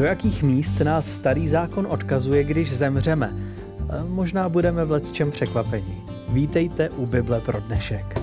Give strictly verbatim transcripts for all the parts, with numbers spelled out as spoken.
Do jakých míst nás Starý zákon odkazuje, když zemřeme? Možná budeme v lecčem překvapení. Vítejte u Bible pro dnešek.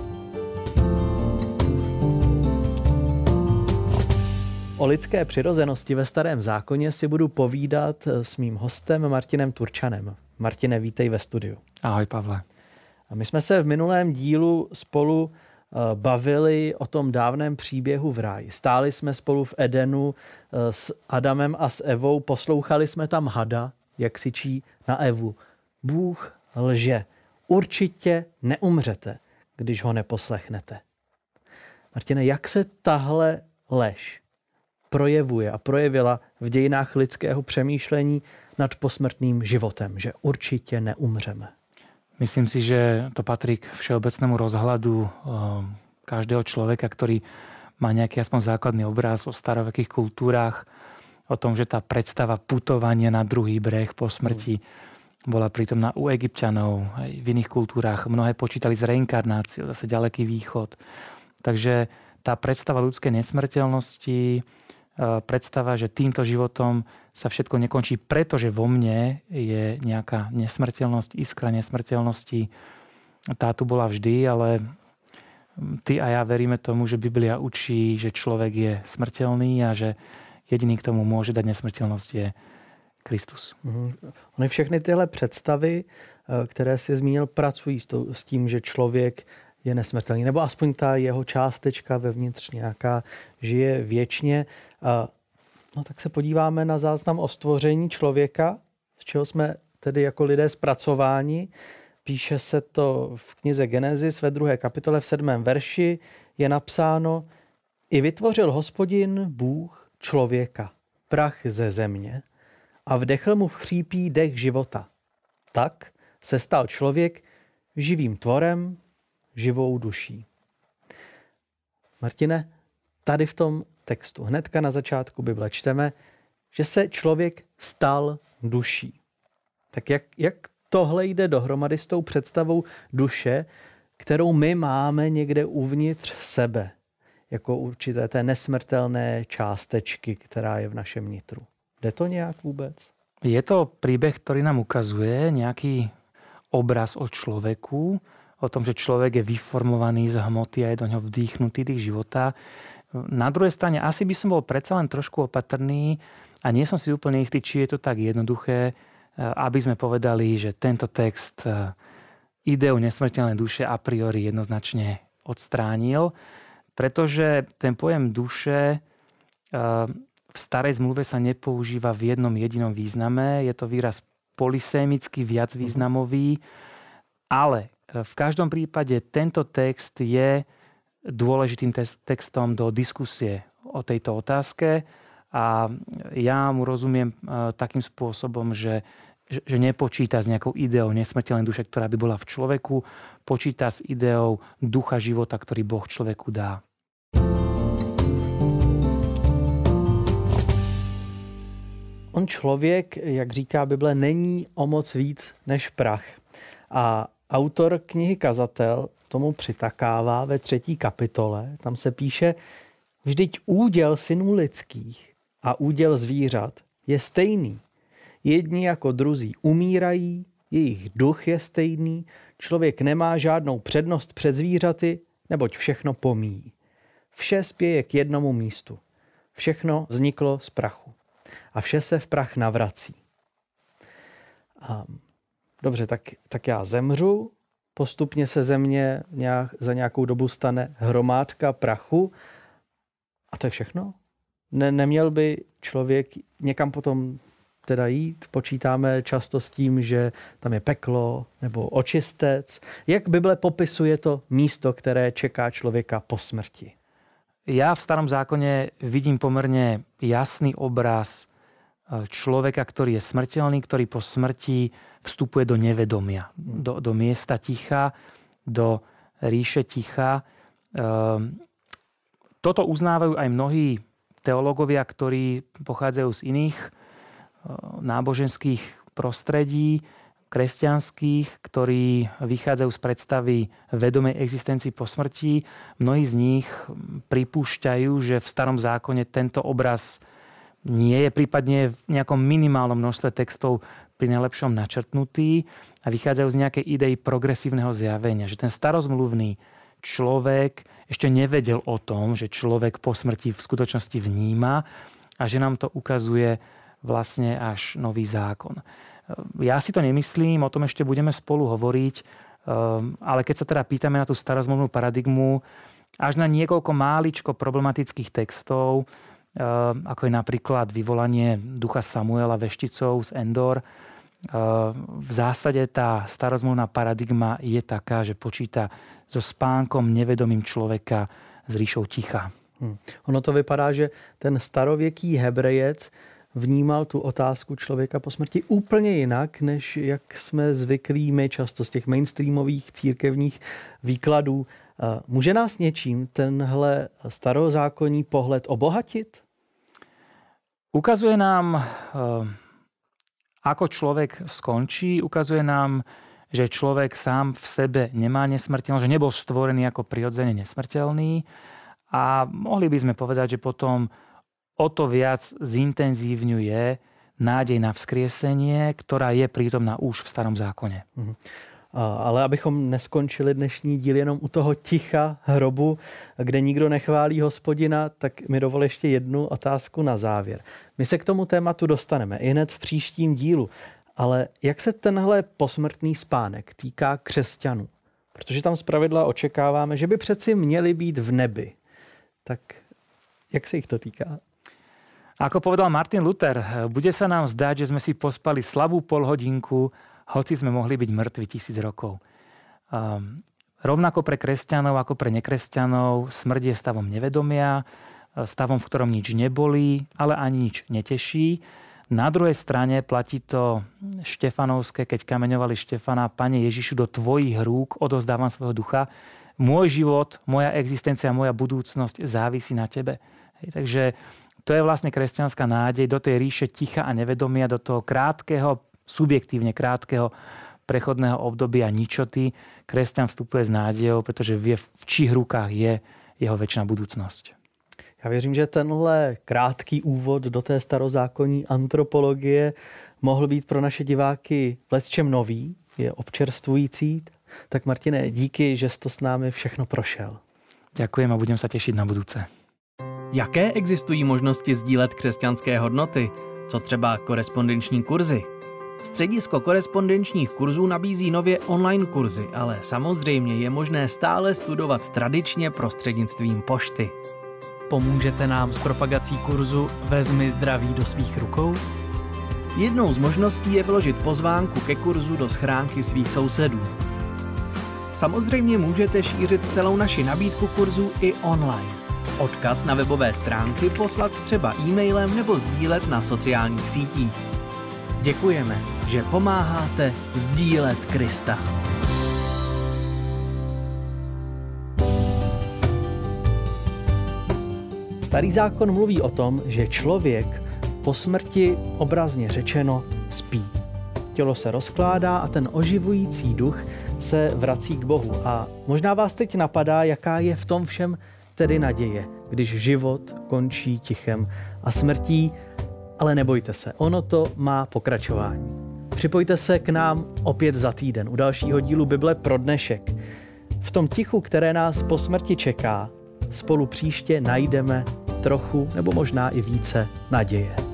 O lidské přirozenosti ve Starém zákoně si budu povídat s mým hostem Martinem Turčanem. Martine, vítej ve studiu. Ahoj, Pavle. A my jsme se v minulém dílu spolu bavili o tom dávném příběhu v ráji. Stáli jsme spolu v Edenu s Adamem a s Evou, poslouchali jsme tam hada, jak syčí na Evu. Bůh lže. Určitě neumřete, když ho neposlechnete. Martine, jak se tahle lež projevuje a projevila v dějinách lidského přemýšlení nad posmrtným životem, že určitě neumřeme? Myslím si, že to patrí k všeobecnému rozhľadu každého človeka, ktorý má nejaký aspoň základný obraz o starovekých kultúrách, o tom, že tá predstava putovania na druhý breh po smrti bola prítomná u Egypťanov, aj v iných kultúrách. Mnohé počítali s reinkarnáciou, zase ďaleký východ. Takže tá predstava ľudskej nesmrteľnosti, predstava, že týmto životom sa všetko nekončí, pretože vo mne je nejaká nesmrteľnosť, iskra nesmrteľnosti. Tá tu bola vždy, ale ty a ja veríme tomu, že Biblia učí, že človek je smrteľný a že jediný, k tomu môže dať nesmrteľnosť, je Kristus. Mm. Ony všechny tyhle představy, které si zmínil, pracují s tím, že člověk je nesmrtelný, nebo aspoň ta jeho částečka vevnitř nějaká žije věčně. No tak se podíváme na záznam o stvoření člověka, z čeho jsme tedy jako lidé zpracováni. Píše se to v knize Genesis ve druhé kapitole v sedmém verši. Je napsáno: I vytvořil Hospodin Bůh člověka, prach ze země, a vdechl mu v chřípí dech života. Tak se stal člověk živým tvorem, živou duší. Martine, tady v tom textu, hnedka na začátku Bible čteme, že se člověk stal duší. Tak jak, jak tohle jde dohromady s tou představou duše, kterou my máme někde uvnitř sebe, jako určité té nesmrtelné částečky, která je v našem nitru? Jde to nějak vůbec? Je to príbeh, ktorý nám ukazuje nejaký obraz o človeku, o tom, že človek je vyformovaný z hmoty a je do ňoho vdýchnutý dých života. Na druhej strane asi by som bol predsa len trošku opatrný a nie som si úplne istý, či je to tak jednoduché, aby sme povedali, že tento text ideu nesmrteľnej duše a priori jednoznačne odstránil, pretože ten pojem duše v starej zmluve sa nepoužíva v jednom jedinom význame. Je to výraz polysémický, viac významový, ale v každom prípade tento text je dôležitým textom do diskusie o tejto otázke a ja mu rozumiem takým spôsobom, že, že nepočíta s nejakou ideou nesmrteľnej duše, ktorá by bola v človeku, počíta s ideou ducha života, ktorý Boh človeku dá. On člověk, jak říká Bible, není o moc víc než prach. A autor knihy Kazatel tomu přitakává ve třetí kapitole. Tam se píše: vždyť úděl synů lidských a úděl zvířat je stejný. Jedni jako druzí umírají, jejich duch je stejný, člověk nemá žádnou přednost před zvířaty, neboť všechno pomíjí. Vše spěje k jednomu místu. Všechno vzniklo z prachu. A vše se v prach navrací. A dobře, tak, tak já zemřu, postupně se ze mě nějak, za nějakou dobu stane hromádka prachu a to je všechno? Ne, neměl by člověk někam potom teda jít? Počítáme často s tím, že tam je peklo nebo očistec. Jak Bible popisuje to místo, které čeká člověka po smrti? Ja v Starom zákone vidím pomerne jasný obraz človeka, ktorý je smrteľný, ktorý po smrti vstupuje do nevedomia, do, do miesta ticha, do ríše ticha. Toto uznávajú aj mnohí teológovia, ktorí pochádzajú z iných náboženských prostredí, kresťanských, ktorí vychádzajú z predstavy vedomej existencii po smrti. Mnohí z nich pripúšťajú, že v Starom zákone tento obraz nie je, prípadne v nejakom minimálnom množstve textov pri najlepšom načrtnutý a vychádzajú z nejakej idei progresívneho zjavenia, že ten starozmluvný človek ešte nevedel o tom, že človek po smrti v skutočnosti vníma a že nám to ukazuje vlastne až nový zákon. Ja si to nemyslím, o tom ešte budeme spolu hovoriť, ale keď sa teda pýtame na tú starozmluvnú paradigmu, až na niekoľko máličko problematických textov, ako je napríklad vyvolanie ducha Samuela vešticou z Endor, v zásade tá starozmluvná paradigma je taká, že počíta so spánkom nevedomým človeka s ríšou ticha. Hmm. Ono to vypadá, že ten starověký Hebrejec vnímal tu otázku člověka po smrti úplně jinak, než jak jsme zvyklí my často z těch mainstreamových církevních výkladů. Může nás něčím tenhle starozákonní pohled obohatit? Ukazuje nám, ako človek skončí, ukazuje nám, že človek sám v sebe nemá nesmrteľnosť, že nebol stvorený ako prirodzene nesmrteľný. A mohli by sme povedať, že potom o to viac zintenzívňuje nádej na vzkriesenie, ktorá je prítomná už v Starom zákone. Mhm. Ale abychom neskončili dnešní díl jenom u toho ticha hrobu, kde nikdo nechválí Hospodina, tak mi dovol ještě jednu otázku na závěr. My se k tomu tématu dostaneme i hned v příštím dílu, ale jak se tenhle posmrtný spánek týká křesťanů? Protože tam zpravidla očekáváme, že by přeci měli být v nebi. Tak jak se jich to týká? Ako povedal Martin Luther, bude sa nám zdať, že sme si pospali slabú polhodinku, hoci sme mohli byť mŕtvi tisíc rokov. Um, rovnako pre kresťanov ako pre nekresťanov smrť je stavom nevedomia, stavom, v ktorom nič nebolí, ale ani nič neteší. Na druhej strane platí to štefanovské, keď kameňovali Štefana: Pane Ježišu, do tvojich rúk odovzdávam svojho ducha. Môj život, moja existencia, moja budúcnosť závisí na tebe. Hej, takže to je vlastne kresťanská nádej do tej ríše ticha a nevedomia, do toho krátkeho, subjektívne krátkeho prechodného obdobia ničoty. Kresťan vstupuje s nádejou, pretože vie, v čích rukách je jeho večná budúcnosť. Já věřím, že tenhle krátký úvod do té starozákonní antropologie mohl být pro naše diváky lecčem nový, je občerstvující. Tak Martine, díky, že jsi to s námi všechno prošel. Ďakujem a budem sa tešiť na budúce. Jaké existují možnosti sdílet křesťanské hodnoty? Co třeba korespondenční kurzy? Středisko korespondenčních kurzů nabízí nově online kurzy, ale samozřejmě je možné stále studovat tradičně prostřednictvím pošty. Pomůžete nám s propagací kurzu Vezmi zdraví do svých rukou? Jednou z možností je vložit pozvánku ke kurzu do schránky svých sousedů. Samozřejmě můžete šířit celou naši nabídku kurzů i online. Odkaz na webové stránky poslat třeba e-mailem nebo sdílet na sociálních sítích. Děkujeme, že pomáháte sdílet Krista. Starý zákon mluví o tom, že člověk po smrti, obrazně řečeno, spí. Tělo se rozkládá a ten oživující duch se vrací k Bohu. A možná vás teď napadá, jaká je v tom všem tedy naděje, když život končí tichem a smrtí, ale nebojte se, ono to má pokračování. Připojte se k nám opět za týden u dalšího dílu Bible pro dnešek. V tom tichu, které nás po smrti čeká, spolu příště najdeme trochu nebo možná i více naděje.